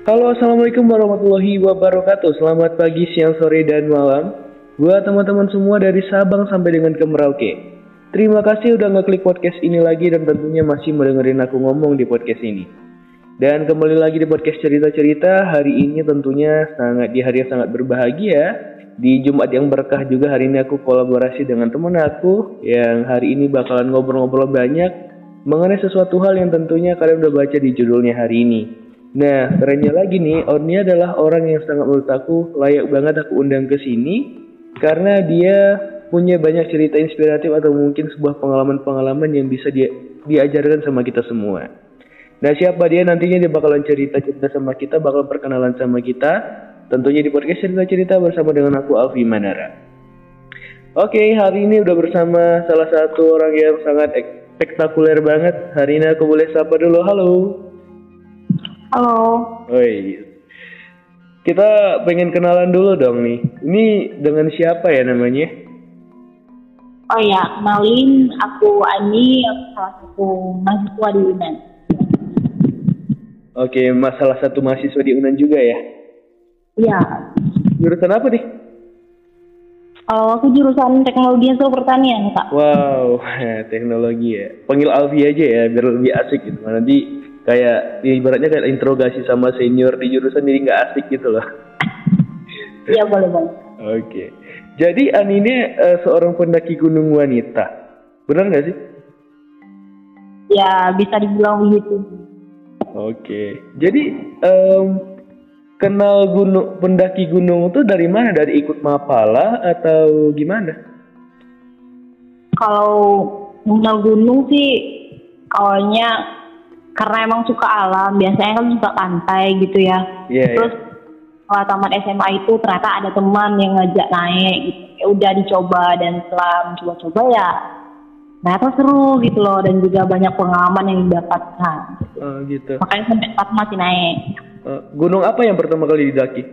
Halo, assalamualaikum warahmatullahi wabarakatuh. Selamat pagi, siang, sore, dan malam. Buat teman-teman semua dari Sabang sampai dengan ke Merauke. Terima kasih udah ngeklik podcast ini lagi dan tentunya masih mendengarin aku ngomong di podcast ini. Dan kembali lagi di podcast cerita-cerita. Hari ini tentunya di hari yang sangat berbahagia. Di Jumat yang berkah juga hari ini aku kolaborasi dengan teman aku yang hari ini bakalan ngobrol-ngobrol banyak mengenai sesuatu hal yang tentunya kalian udah baca di judulnya hari ini. Nah, kerennya lagi nih, Orni adalah orang yang sangat menurut aku layak banget aku undang ke sini karena dia punya banyak cerita inspiratif atau mungkin sebuah pengalaman-pengalaman yang bisa diajarkan sama kita semua. Nah, siapa dia nantinya dia bakalan cerita-cerita sama kita, bakal perkenalan sama kita, tentunya di podcast cerita-cerita bersama dengan aku Alfi Manara. Oke, hari ini udah bersama salah satu orang yang sangat spektakuler banget. Hari ini aku boleh sapa dulu, halo. Halo. Oi, kita pengen kenalan dulu dong nih. Ini dengan siapa ya namanya? Oh ya, kenalin aku Ani, aku salah satu mahasiswa di UNAN. Oke, salah satu mahasiswa di UNAN juga ya? Iya. Jurusan apa nih? Kalau aku jurusan teknologi hasil pertanian, Kak. Wow, teknologi ya. Panggil Alfi aja ya, biar lebih asik gitu. Nanti kayak ibaratnya kayak interogasi sama senior di jurusan jadi nggak asik gitu loh. Iya, boleh. Oke. Jadi Ani ini seorang pendaki gunung wanita. Benar nggak sih? Ya, bisa dibilang begitu. Oke. Jadi kenal pendaki gunung itu dari mana? Dari ikut mapala atau gimana? Kalau mengenal gunung sih, awalnya karena emang suka alam, biasanya kan suka pantai gitu ya. Yeah, Terus setelah tamat SMA itu ternyata ada teman yang ngajak naik gitu. Ya udah dicoba dan setelah mencoba-coba ya ternyata seru gitu loh dan juga banyak pengalaman yang didapatkan. Gitu. Makanya sampai saat masih naik. Gunung apa yang pertama kali didaki?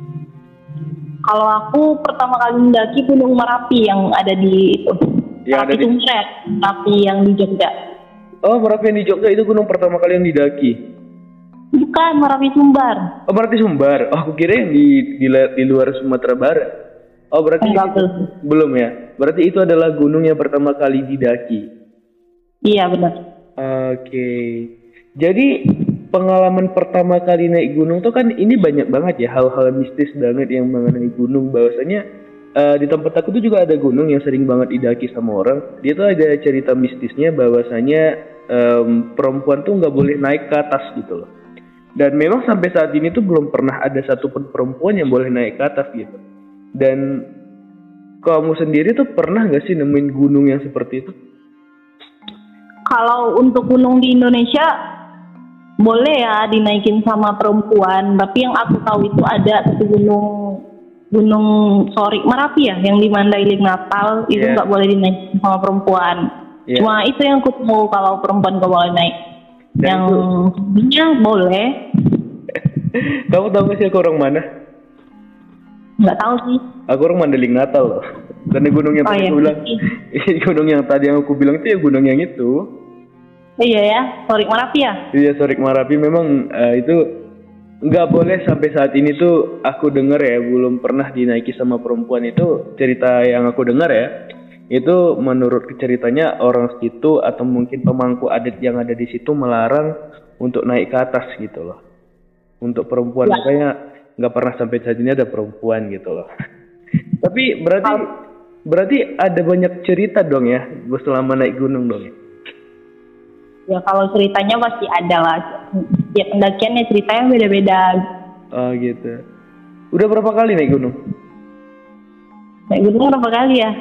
Kalau aku pertama kali mendaki Gunung Merapi yang ada di Merapi Sumber, Merapi yang di Jogja. Oh, Merapi yang di Jogja itu gunung pertama kali yang didaki? Bukan, Merapi Sumbar. Oh, Merapi Sumbar. Oh, aku kira yang di luar Sumatera Barat. Oh, berarti belum ya? Berarti itu adalah gunung yang pertama kali didaki. Iya, benar. Oke. Jadi pengalaman pertama kali naik gunung tuh kan ini banyak banget ya hal-hal mistis banget yang mengenai gunung. Bahwasanya di tempat aku tuh juga ada gunung yang sering banget didaki sama orang. Dia tuh ada cerita mistisnya bahwasanya perempuan tuh nggak boleh naik ke atas gitu loh. Dan memang sampai saat ini tuh belum pernah ada satupun perempuan yang boleh naik ke atas gitu. Dan kamu sendiri tuh pernah nggak sih nemuin gunung yang seperti itu? Kalau untuk gunung di Indonesia boleh ya dinaikin sama perempuan. Tapi yang aku tahu itu ada satu Gunung Sorik Merapi ya, yang di Mandailing Natal itu nggak boleh dinaikin sama perempuan. Cuma itu yang aku tahu kalau perempuan nggak boleh naik. Dan yang sebelumnya boleh. Kamu tahu nggak sih aku orang mana? Nggak tahu sih. Aku orang Mandailing Natal loh. Karena gunung yang tadi aku bilang, gunung yang tadi yang aku bilang itu ya gunung yang itu. Iya ya, Sorik Merapi ya? Iya, Sorik Merapi memang itu nggak boleh sampai saat ini tuh aku dengar ya, belum pernah dinaiki sama perempuan itu cerita yang aku dengar ya. Itu menurut ceritanya orang situ atau mungkin pemangku adat yang ada di situ melarang untuk naik ke atas gitu loh. Untuk perempuan makanya nggak pernah sampai saat ini ada perempuan gitu loh. Tapi berarti ada banyak cerita dong ya selama naik gunung dong ya. Ya kalau ceritanya pasti ada lah. Ya pendakiannya ceritanya beda-beda. Oh gitu. Udah berapa kali naik gunung? Naik gunung berapa kali ya?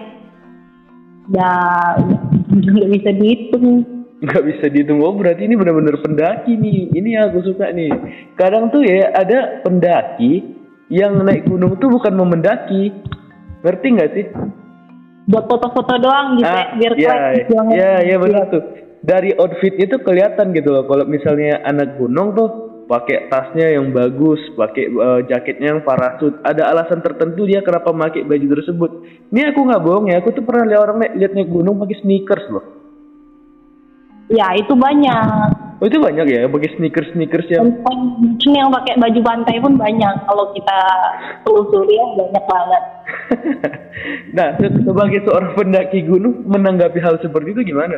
Ya nggak bisa dihitung. Nggak bisa dihitung. Oh berarti ini benar-benar pendaki nih. Ini yang aku suka nih. Kadang tuh ya ada pendaki yang naik gunung tuh bukan mau mendaki. Ngerti nggak sih? Buat foto-foto doang gitu biar keren. Iya benar tuh. Dari outfit itu kelihatan gitu loh. Kalau misalnya anak gunung tuh pakai tasnya yang bagus, pakai jaketnya yang parasut. Ada alasan tertentu dia kenapa pakai baju tersebut. Ini aku nggak bohong ya, aku tuh pernah lihat orang lihat naik gunung pakai sneakers loh. Ya itu banyak. Oh itu banyak ya, pakai sneakers yang. Mungkin yang pakai baju pantai pun banyak. Kalau kita telusuri ya banyak banget. Nah, sebagai seorang pendaki gunung menanggapi hal seperti itu gimana?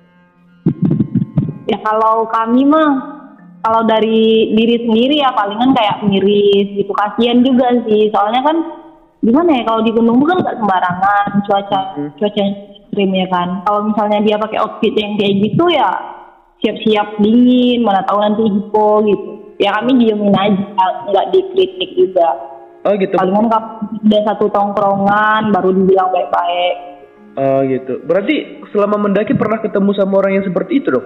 Ya kalau kami mah, kalau dari diri sendiri ya palingan kayak miris gitu. Kasian juga sih. Soalnya kan gimana ya, kalau di gunung kan nggak sembarangan cuaca ekstrim ya kan. Kalau misalnya dia pakai outfit yang kayak gitu ya siap-siap dingin, mana tahu nanti hipo gitu. Ya kami diemin aja, nggak dikritik juga. Oh gitu. Palingan kalau udah satu tongkrongan baru dibilang baik-baik. Oh gitu. Berarti selama mendaki pernah ketemu sama orang yang seperti itu dong?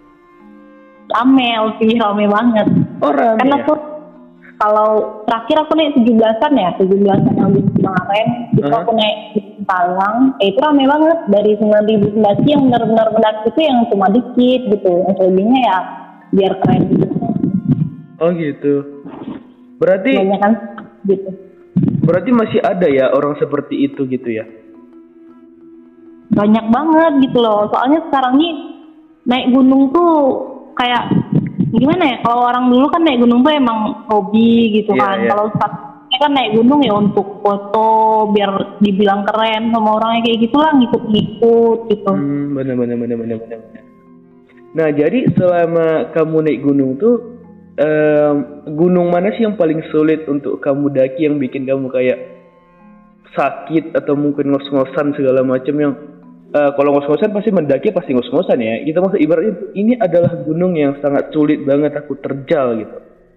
Rame banget. Oh rame. Karena tuh kalau terakhir aku naik 17-an habis kemarin, itu aku naik di Talang, itu rame banget. Dari 9.000 pendaki yang benar-benar pendaki itu yang cuma dikit gitu. Yang selebihnya ya biar keren gitu. Oh gitu. Berarti banyak kan gitu. Berarti masih ada ya orang seperti itu gitu ya? Banyak banget gitu loh. Soalnya sekarang nih naik gunung tuh kayak gimana ya? Kalau orang dulu kan naik gunung tuh emang hobi gitu kan. Kalau sekarang kan naik gunung ya untuk foto biar dibilang keren sama orangnya kayak gitulah, ngikut-ngikut gitu. Benar. Nah jadi selama kamu naik gunung tuh gunung mana sih yang paling sulit untuk kamu daki, yang bikin kamu kayak sakit atau mungkin ngos-ngosan segala macam? Yang kalau ngos-ngosan pasti mendaki pasti ngos-ngosan ya. Kita maksud ibaratnya ini adalah gunung yang sangat sulit banget aku terjal gitu.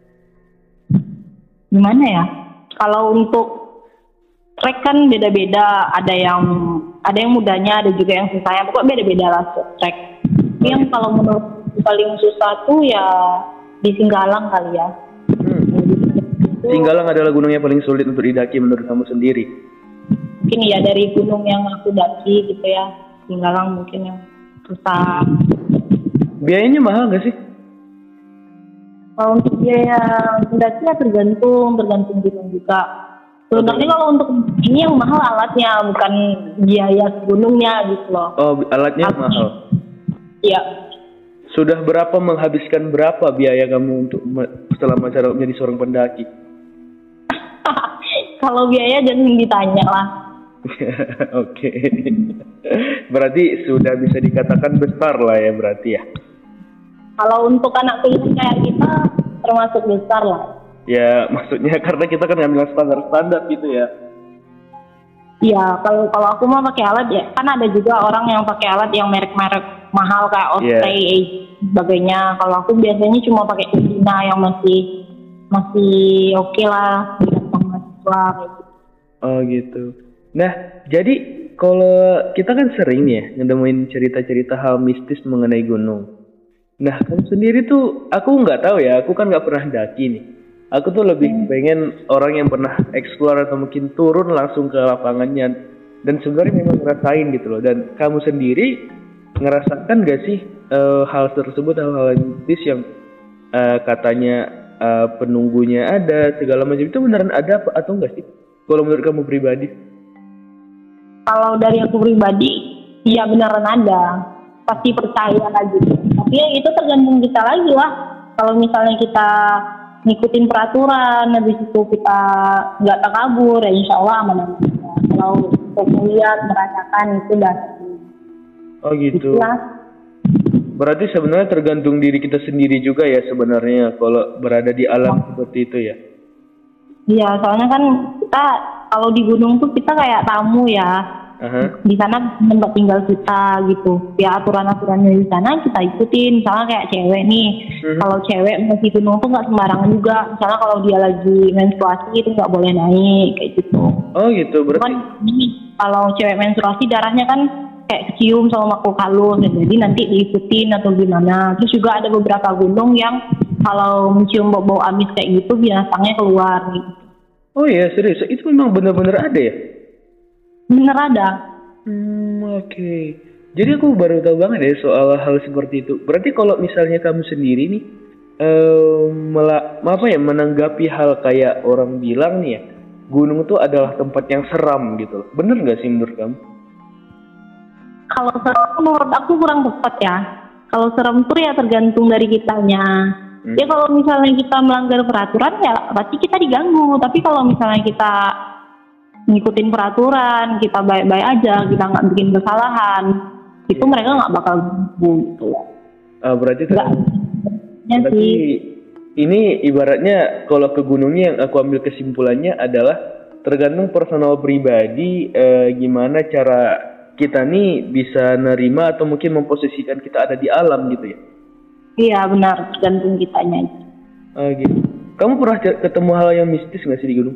Gimana ya? Kalau untuk trek kan beda-beda, ada yang mudahnya, ada juga yang susahnya. Pokoknya beda-beda lah trek. Yang kalau menurut paling susah tuh ya di Singgalang kali ya. Singgalang adalah gunung yang paling sulit untuk didaki menurut kamu sendiri? Mungkin ya dari gunung yang aku daki gitu ya, Singgalang mungkin yang susah. Biayanya mahal gak sih? Kalau untuk biaya mendaki ya tergantung gunung juga. Sebenarnya kalau untuk ini yang mahal alatnya, bukan biaya gunungnya gitu loh. Oh, alatnya mahal? Iya. Sudah menghabiskan berapa biaya kamu untuk selama menjadi seorang pendaki? Kalau biaya jangan ditanya lah. Oke. Berarti sudah bisa dikatakan besar lah ya berarti ya. Kalau untuk anak pilihan kayak kita termasuk besar lah. Ya maksudnya karena kita kan ngambil standar gitu ya. Iya, kalau aku mah pakai alat ya. Kan ada juga orang yang pakai alat yang merek-merek mahal kayak Oakley sebagainya. Kalau aku biasanya cuma pakai Udina yang masih oke lah sama mahasiswa gitu. Oh gitu. Nah, jadi kalau kita kan sering ya ngedemuin cerita-cerita hal mistis mengenai gunung. Nah, kamu sendiri tuh, aku nggak tahu ya, aku kan nggak pernah daki nih. Aku tuh lebih pengen orang yang pernah explore atau mungkin turun langsung ke lapangannya dan sebenarnya memang ngerasain gitu loh. Dan kamu sendiri ngerasakan gak sih hal tersebut, hal-hal mistis yang katanya penunggunya ada segala macam, itu beneran ada apa atau enggak sih? Kalau menurut kamu pribadi? Kalau dari aku pribadi, ya beneran ada. Pasti percaya lagi. Tapi ya itu tergantung kita lagi lah. Kalau misalnya kita ngikutin peraturan, habis itu kita nggak takabur, ya insya Allah aman-aman. Kalau untuk melihat, merasakan itu dah. Oh gitu. Berarti sebenarnya tergantung diri kita sendiri juga ya sebenarnya kalau berada di alam seperti itu ya. Iya, soalnya kan kita kalau di gunung tuh kita kayak tamu ya. Di sana tempat tinggal kita gitu. Ya aturan-aturannya di sana kita ikutin. Misalnya kayak cewek nih, kalau cewek masih gunung tuh nggak sembarangan juga. Misalnya kalau dia lagi menstruasi itu nggak boleh naik kayak gitu. Oh gitu, berarti. Kan kalau cewek menstruasi darahnya kan kayak kecium sama makhluk halus, jadi nanti diikutin atau gimana. Terus juga ada beberapa gunung yang kalau mencium bau amis kayak gitu binatangnya keluar gitu. Oh iya, serius? Itu memang benar-benar ada ya? Bener ada. Oke. Jadi aku baru tahu banget ya soal hal seperti itu. Berarti kalau misalnya kamu sendiri nih menanggapi hal kayak orang bilang nih ya, gunung itu adalah tempat yang seram gitu. Bener nggak sih menurut kamu? Kalau seram menurut aku kurang tepat ya. Kalau serem tuh ya tergantung dari kitanya. Ya kalau misalnya kita melanggar peraturan ya pasti kita diganggu. Tapi kalau misalnya kita ngikutin peraturan, kita baik-baik aja, kita nggak bikin kesalahan, itu mereka nggak bakal ganggu gitu. Berarti berarti ini ibaratnya kalau ke gunungnya yang aku ambil kesimpulannya adalah tergantung personal pribadi, gimana cara kita nih bisa nerima atau mungkin memposisikan kita ada di alam gitu ya. Iya benar, tergantung kitanya. Gitu. Kamu pernah ketemu hal yang mistis nggak sih di gunung?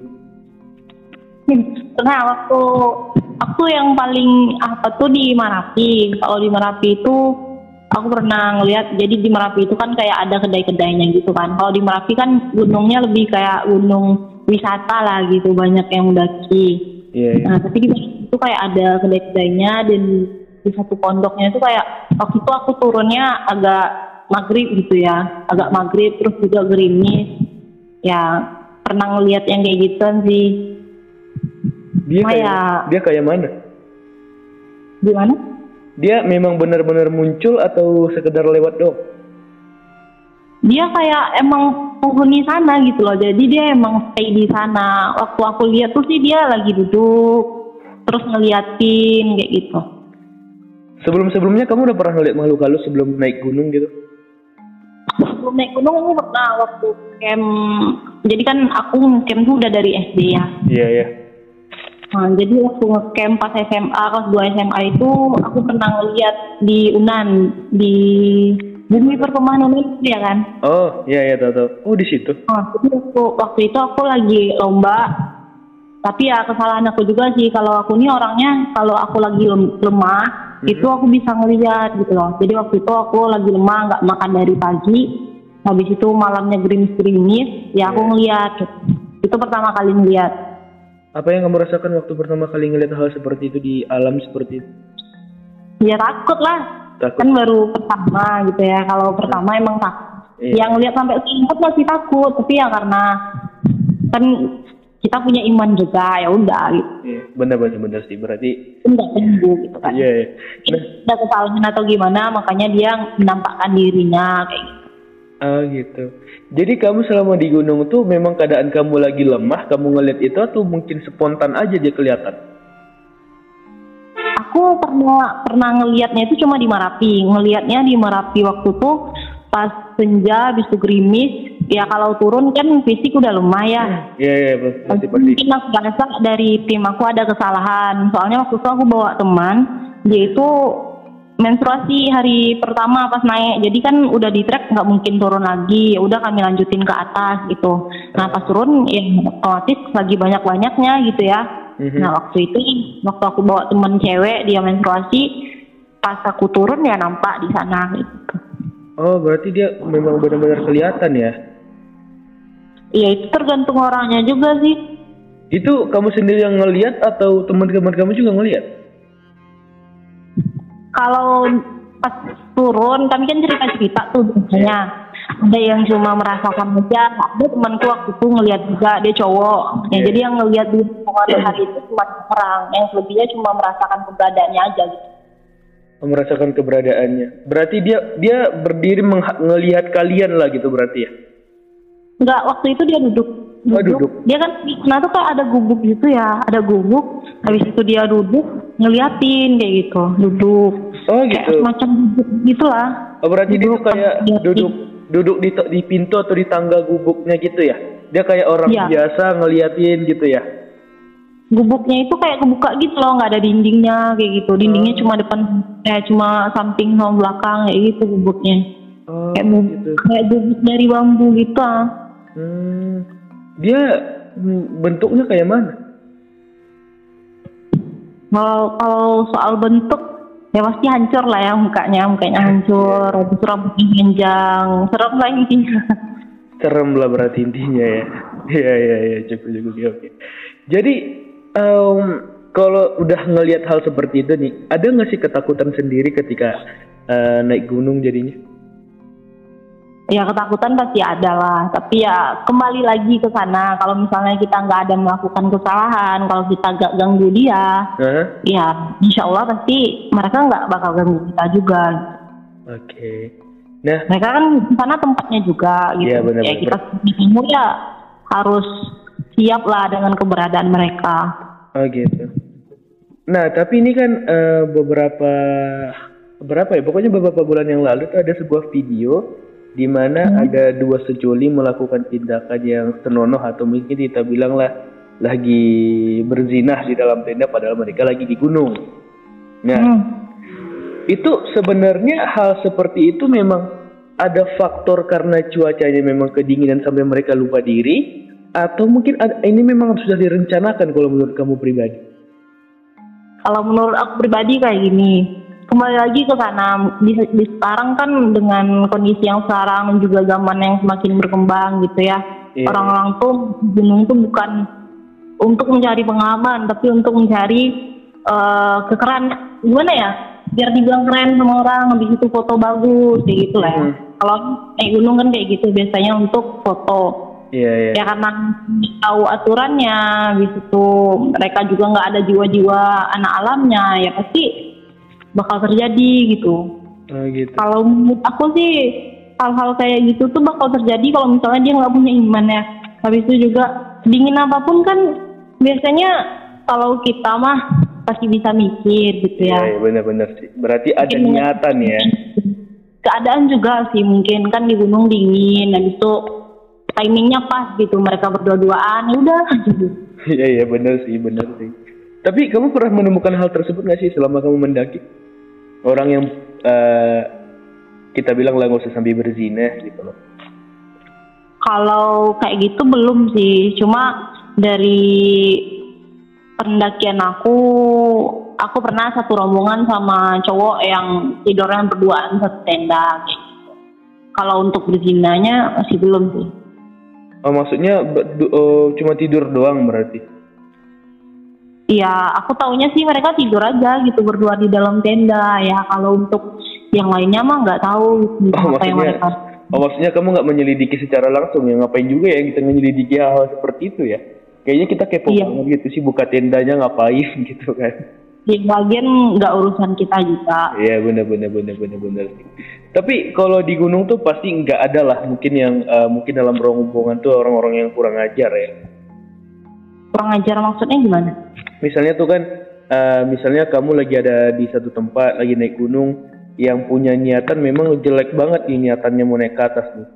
Nah, waktu yang paling tuh di Merapi. Kalau di Merapi itu aku pernah ngeliat, jadi di Merapi itu kan kayak ada kedai-kedainya gitu kan. Kalau di Merapi kan gunungnya lebih kayak gunung wisata lah gitu, banyak yang mendaki. Yeah. Nah, tapi di itu kayak ada kedai-kedainya, dan di satu pondoknya itu kayak waktu itu aku turunnya agak maghrib gitu ya, agak maghrib terus juga gerimis. Ya pernah ngeliat yang kayak gitu sih. Dia kayak mana? Gimana? Dia memang benar-benar muncul atau sekedar lewat doang? Dia kayak emang penghuni sana gitu loh. Jadi dia emang stay di sana. Waktu aku lihat tuh sih dia lagi duduk terus ngeliatin kayak gitu. Sebelumnya kamu udah pernah ngeliat makhluk halus sebelum naik gunung gitu? Sebelum naik gunung aku pernah waktu camp. Jadi kan aku camp tuh udah dari SD ya. Iya, iya. Nah, jadi waktu nge-camp pas SMA, kelas 2 SMA itu aku pernah ngeliat di UNAN, di Bumi Perkemahan UNAN ya kan? Oh, iya tahu. Oh, di situ. Jadi waktu itu aku lagi lomba. Tapi ya kesalahan aku juga sih, kalau aku nih orangnya kalau aku lagi lemah, itu aku bisa ngeliat gitu loh. Jadi waktu itu aku lagi lemah, nggak makan dari pagi. Habis itu malamnya gerimis-gerimis, ya aku ngeliat. Itu pertama kali ngeliat. Apa yang kamu rasakan waktu pertama kali ngeliat hal seperti itu di alam seperti itu? Ya takut lah. Takut. Kan baru pertama gitu ya. Kalau pertama emang takut. Iya. Yang lihat sampai selimut masih takut. Tapi ya karena kan kita punya iman juga, ya udah gitu. Iya, benar sih. Berarti nggak sembuh gitu kan. Iya. Nah, ada kesalahan atau gimana, makanya dia menampakkan dirinya kayak gitu. Gitu. Jadi kamu selama di gunung tuh memang keadaan kamu lagi lemah, kamu ngeliat itu atau mungkin spontan aja dia kelihatan? Aku pernah ngelihatnya itu cuma di Merapi. Ngelihatnya di Merapi waktu tuh pas senja, habis itu gerimis. Ya kalau turun kan fisik udah lemah ya. Iya pasti. Mungkin aku rasa dari tim aku ada kesalahan. Soalnya waktu itu aku bawa teman, dia itu menstruasi hari pertama pas naik, jadi kan udah di trek nggak mungkin turun lagi, ya udah kami lanjutin ke atas gitu. Nah pas turun ya otomatis lagi banyak-banyaknya gitu ya. Nah waktu aku bawa temen cewek, dia menstruasi, pas aku turun ya nampak di sana gitu. Oh berarti dia memang benar-benar kelihatan ya? Iya itu tergantung orangnya juga sih. Itu kamu sendiri yang ngelihat atau teman-teman kamu juga ngelihat? Kalau pas turun, kami kan cerita-cerita tuh biasanya. Ada yang cuma merasakan aja, ada temanku waktu itu ngelihat juga, dia cowok. Ya, jadi yang ngelihat di hari itu cuma orang, yang lebihnya cuma merasakan keberadaannya aja gitu. Merasakan keberadaannya. Berarti dia berdiri ngelihat kalian lah gitu berarti ya? Enggak, waktu itu dia duduk. Dia kan nah tuh kayak ada gubuk gitu ya, ada gubuk. Habis itu dia duduk ngeliatin kayak gitu, duduk. Oh gitu. Kayak semacam gubuk gitulah. Oh berarti dia tuh kayak duduk di pintu atau di tangga gubuknya gitu ya? Dia kayak orang biasa ngeliatin gitu ya? Gubuknya itu kayak kebuka gitu loh, nggak ada dindingnya kayak gitu. Dindingnya cuma depan, cuma samping sama belakang kayak gitu gubuknya. Kayak gubuk dari bambu gitu. Dia bentuknya kayak mana? Kalau soal bentuk ya pasti hancur lah ya, mukanya hancur, habis rambutnya panjang, serem lah intinya. Serem lah berarti intinya ya. Iya cukup oke. Jadi kalau udah ngelihat hal seperti itu nih, ada nggak sih ketakutan sendiri ketika naik gunung jadinya? Ya ketakutan pasti ada lah, tapi ya kembali lagi ke sana. Kalau misalnya kita nggak ada melakukan kesalahan, kalau kita nggak ganggu dia, ya insya Allah pasti mereka nggak bakal ganggu kita juga. Oke. Nah, Mereka kan di sana tempatnya juga gitu. iya benar. Ya kita semua ya harus siap lah dengan keberadaan mereka. Oh gitu. Nah, tapi ini kan berapa ya? Pokoknya beberapa bulan yang lalu tuh ada sebuah video di mana ada dua sejoli melakukan tindakan yang senonoh atau mungkin kita bilang lah lagi berzinah di dalam tenda padahal mereka lagi di gunung. Nah, itu sebenarnya hal seperti itu memang ada faktor karena cuacanya memang kedinginan sampai mereka lupa diri atau mungkin ini memang sudah direncanakan kalau menurut kamu pribadi? Kalau menurut aku pribadi kayak gini, kembali lagi ke sana di sekarang kan dengan kondisi yang sekarang dan juga zaman yang semakin berkembang gitu ya. Iya. Orang-orang tuh gunung tuh bukan untuk mencari pengalaman tapi untuk mencari kekerasan, gimana ya, biar dibilang keren sama orang, habis itu foto bagus kayak gitu lah ya. Kalau naik gunung kan kayak gitu biasanya untuk foto. Iya. Ya karena tahu aturannya, habis itu mereka juga nggak ada jiwa-jiwa anak alamnya, ya pasti bakal terjadi gitu. Oh gitu. Kalau menurut aku sih hal-hal kayak gitu tuh bakal terjadi kalau misalnya dia nggak punya iman ya. Habis itu juga dingin apapun kan biasanya kalau kita mah pasti bisa mikir gitu ya. Iya, benar-benar sih. Berarti ada niatan ya. Keadaan juga sih mungkin kan di gunung dingin, habis itu timingnya pas gitu mereka berdua-duaan, ya udah gitu. Iya benar sih. Tapi kamu pernah menemukan hal tersebut nggak sih selama kamu mendaki? Orang yang kita bilang lah nggak usah sambil berzina gitu loh. Kalau kayak gitu belum sih, cuma dari pendakian aku pernah satu rombongan sama cowok yang tidurnya berduaan satu tenda kayak gitu. Kalau untuk berzinanya masih belum sih. Oh, maksudnya cuma tidur doang berarti? Iya, aku taunya sih mereka tidur aja gitu berdua di dalam tenda ya. Kalau untuk yang lainnya mah nggak tahu gitu, apa yang mereka. Maksudnya kamu nggak menyelidiki secara langsung ya? Ngapain juga ya kita menyelidiki hal seperti itu ya? Kayaknya kita kepo banget gitu sih, buka tendanya ngapain gitu kan? Di bagian nggak urusan kita juga. Iya benar. Tapi kalau di gunung tuh pasti nggak ada lah mungkin yang mungkin dalam rombongan tuh orang-orang yang kurang ajar ya. Kurang ajar maksudnya gimana? Misalnya tuh kan, misalnya kamu lagi ada di satu tempat lagi naik gunung yang punya niatan memang jelek banget nih niatannya mau naik ke atas nih.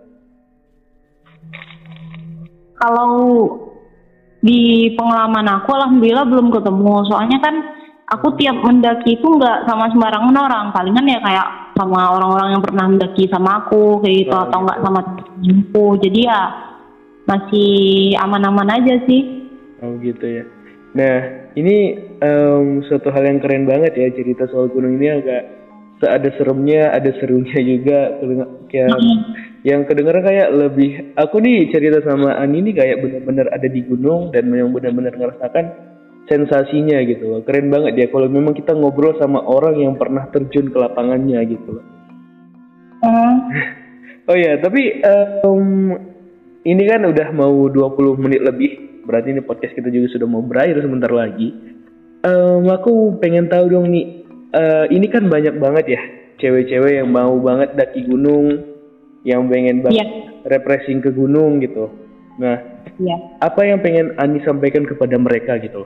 Kalau di pengalaman aku alhamdulillah belum ketemu. Soalnya kan aku tiap mendaki itu nggak sama sembarangan orang. Palingan ya kayak sama orang-orang yang pernah mendaki sama aku kayak gitu, atau nggak sama temanku. Jadi ya masih aman-aman aja sih. Oh gitu ya. Nah ini suatu hal yang keren banget ya, cerita soal gunung ini agak ada seremnya, ada serunya juga. Kayak yang kedengeran kayak lebih, aku nih cerita sama Ani nih kayak benar-benar ada di gunung dan yang benar-benar ngerasakan sensasinya gitu loh. Keren banget ya kalau memang kita ngobrol sama orang yang pernah terjun ke lapangannya gitu loh. Oh ya, tapi ini kan udah mau 20 menit lebih. Berarti ini podcast kita juga sudah mau berakhir sebentar lagi. Aku pengen tahu dong nih, ini kan banyak banget ya cewek-cewek yang mau banget daki gunung, yang pengen banget refreshing ke gunung gitu. Nah, apa yang pengen Ani sampaikan kepada mereka gitu?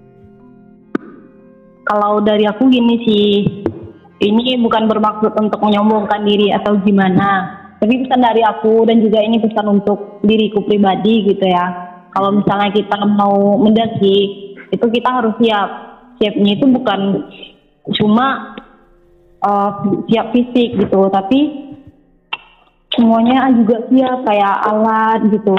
Kalau dari aku gini sih, ini bukan bermaksud untuk menyombongkan diri atau gimana, tapi pesan dari aku dan juga ini pesan untuk diriku pribadi gitu ya. Kalau misalnya kita mau mendaki, itu kita harus siap. Siapnya itu bukan cuma siap fisik gitu, tapi semuanya juga siap kayak alat gitu.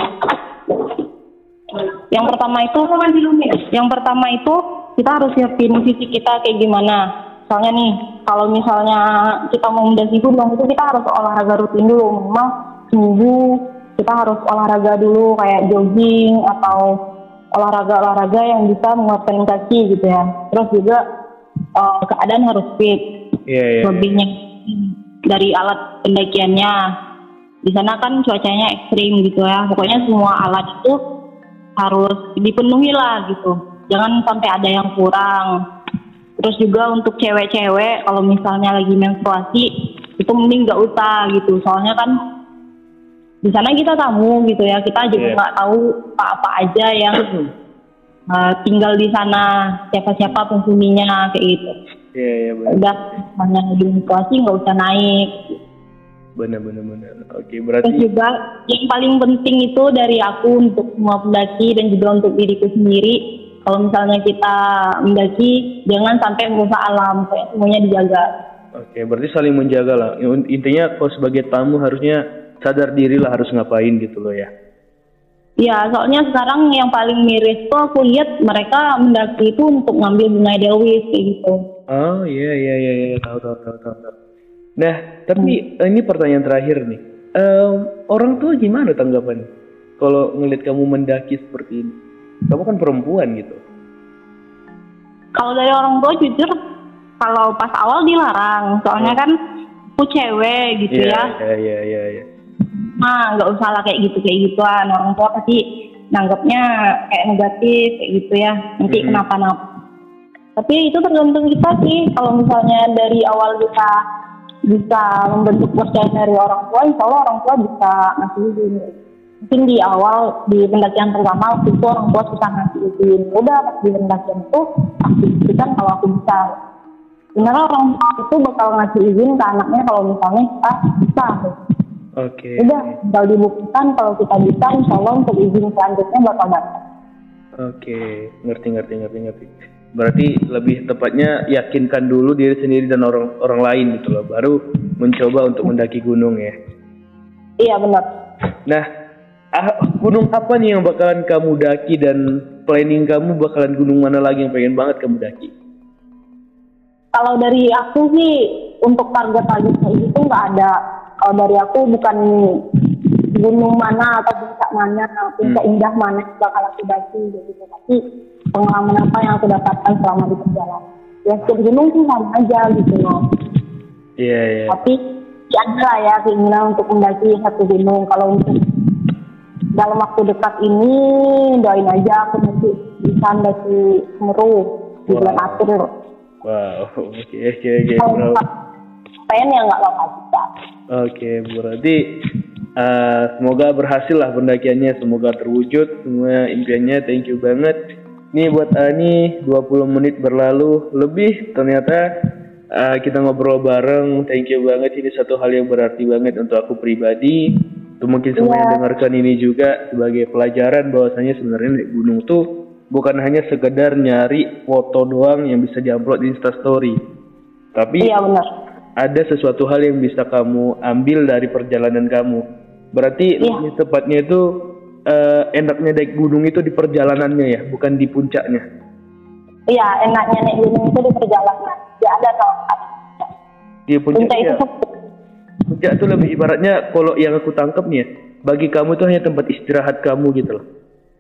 Yang pertama itu kita harus siapin fisik kita kayak gimana. Soalnya nih, kalau misalnya kita mau mendaki gunung itu kita harus olahraga rutin dulu, minimal seminggu kita harus olahraga dulu kayak jogging atau olahraga yang bisa menguatkan kaki gitu ya. Terus juga keadaan harus fit. Lebihnya dari alat pendakiannya. Di sana kan cuacanya ekstrim gitu ya. Pokoknya semua alat itu harus dipenuhi lah gitu. Jangan sampai ada yang kurang. Terus juga untuk cewek-cewek kalau misalnya lagi menstruasi itu mending nggak usah gitu. Soalnya kan di sana kita tamu gitu ya, kita juga nggak tahu apa aja yang tinggal di sana, siapa penghuninya kayak gitu. Benar. Udah hanya di situasi nggak usah naik. Benar. Oke, berarti. Terus juga yang paling penting itu dari aku untuk semua pendaki dan juga untuk diriku sendiri, kalau misalnya kita mendaki jangan sampai merusak alam, kayak semuanya dijaga. Oke, berarti saling menjaga lah. Intinya kalau sebagai tamu harusnya sadar diri lah harus ngapain gitu loh ya. Iya, soalnya sekarang yang paling miris tuh aku lihat mereka mendaki itu untuk ngambil bunga edelweiss kayak gitu. Oh iya, tahu. Nah, tapi ini pertanyaan terakhir nih. Orang tua gimana tanggapannya kalau ngeliat kamu mendaki seperti ini? Kamu kan perempuan gitu. Kalau dari orang tua jujur, kalau pas awal dilarang, soalnya kan aku cewek gitu ya. Iya. Nah, nggak usah lah kayak gituan. Orang tua pasti nanggapnya kayak negatif kayak gitu ya. Nanti kenapa-napa. Tapi itu tergantung kita sih. Kalau misalnya dari awal kita bisa membentuk kepercayaan dari orang tua, insya Allah orang tua bisa ngasih izin. Mungkin di awal di pendakian pertama waktu itu orang tua susah ngasih izin. Udah pas di pendakian itu aku buktikan kalau aku bisa. Sebenarnya orang tua itu bakal ngasih izin ke anaknya kalau misalnya kita bisa. Oke. Udah tinggal dibuktikan kalau kita bisa, insya Allah untuk izin selanjutnya bakal dapat. Oke, ngerti. Berarti lebih tepatnya yakinkan dulu diri sendiri dan orang lain gitu loh, baru mencoba untuk mendaki gunung ya. Iya benar. Nah, gunung apa nih yang bakalan kamu daki dan planning kamu bakalan gunung mana lagi yang pengen banget kamu daki? Kalau dari aku sih untuk target kayak gitu nggak ada. Kalau dari aku bukan gunung mana atau puncak indah mana yang bakal aku daki gitu. Tapi pengalaman apa yang aku dapatkan selama di perjalanan. Ya setiap gunung sih sama aja gitu loh. Iya. Tapi ada lah ya keinginan untuk mendaki satu gunung. Kalau untuk dalam waktu dekat ini doain aja aku nanti bisa mendaki Semeru di bulan April. Wow, oke. Pengen ya nggak apa-apa juga. Oke, berarti semoga berhasil lah pendakiannya, semoga terwujud semua impiannya. Thank you banget. Nih buat Ani, 20 menit berlalu lebih ternyata kita ngobrol bareng. Thank you banget, ini satu hal yang berarti banget untuk aku pribadi. Untuk mungkin semua yang dengarkan ini juga sebagai pelajaran bahwasanya sebenarnya naik gunung tuh bukan hanya sekedar nyari foto doang yang bisa diupload di Instastory. Tapi ada sesuatu hal yang bisa kamu ambil dari perjalanan kamu. Berarti lebih tepatnya itu enaknya naik gunung itu di perjalanannya ya, bukan di puncaknya. Iya, enaknya naik gunung itu di perjalanan. Ya ada tempat. Di puncaknya. Puncak itu lebih ibaratnya kalau yang aku tangkap nih ya, bagi kamu itu hanya tempat istirahat kamu gitu loh.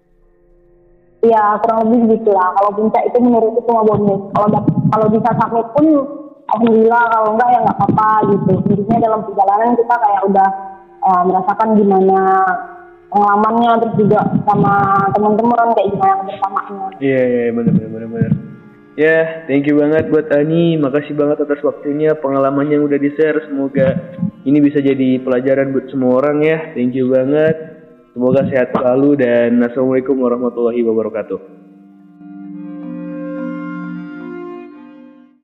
Iya, kurang lebih gitu lah. Kalau puncak itu menurutku cuma bonus. Kalau bisa sampai pun alhamdulillah, kalau enggak ya nggak apa-apa gitu. Intinya dalam perjalanan kita kayak udah merasakan gimana pengalamannya, terus juga sama teman-teman kayak gimana bersamanya. Iya, benar. Ya, thank you banget buat Ani. Makasih banget atas waktunya, pengalamannya yang udah di-share. Semoga ini bisa jadi pelajaran buat semua orang ya. Thank you banget. Semoga sehat selalu dan assalamualaikum warahmatullahi wabarakatuh.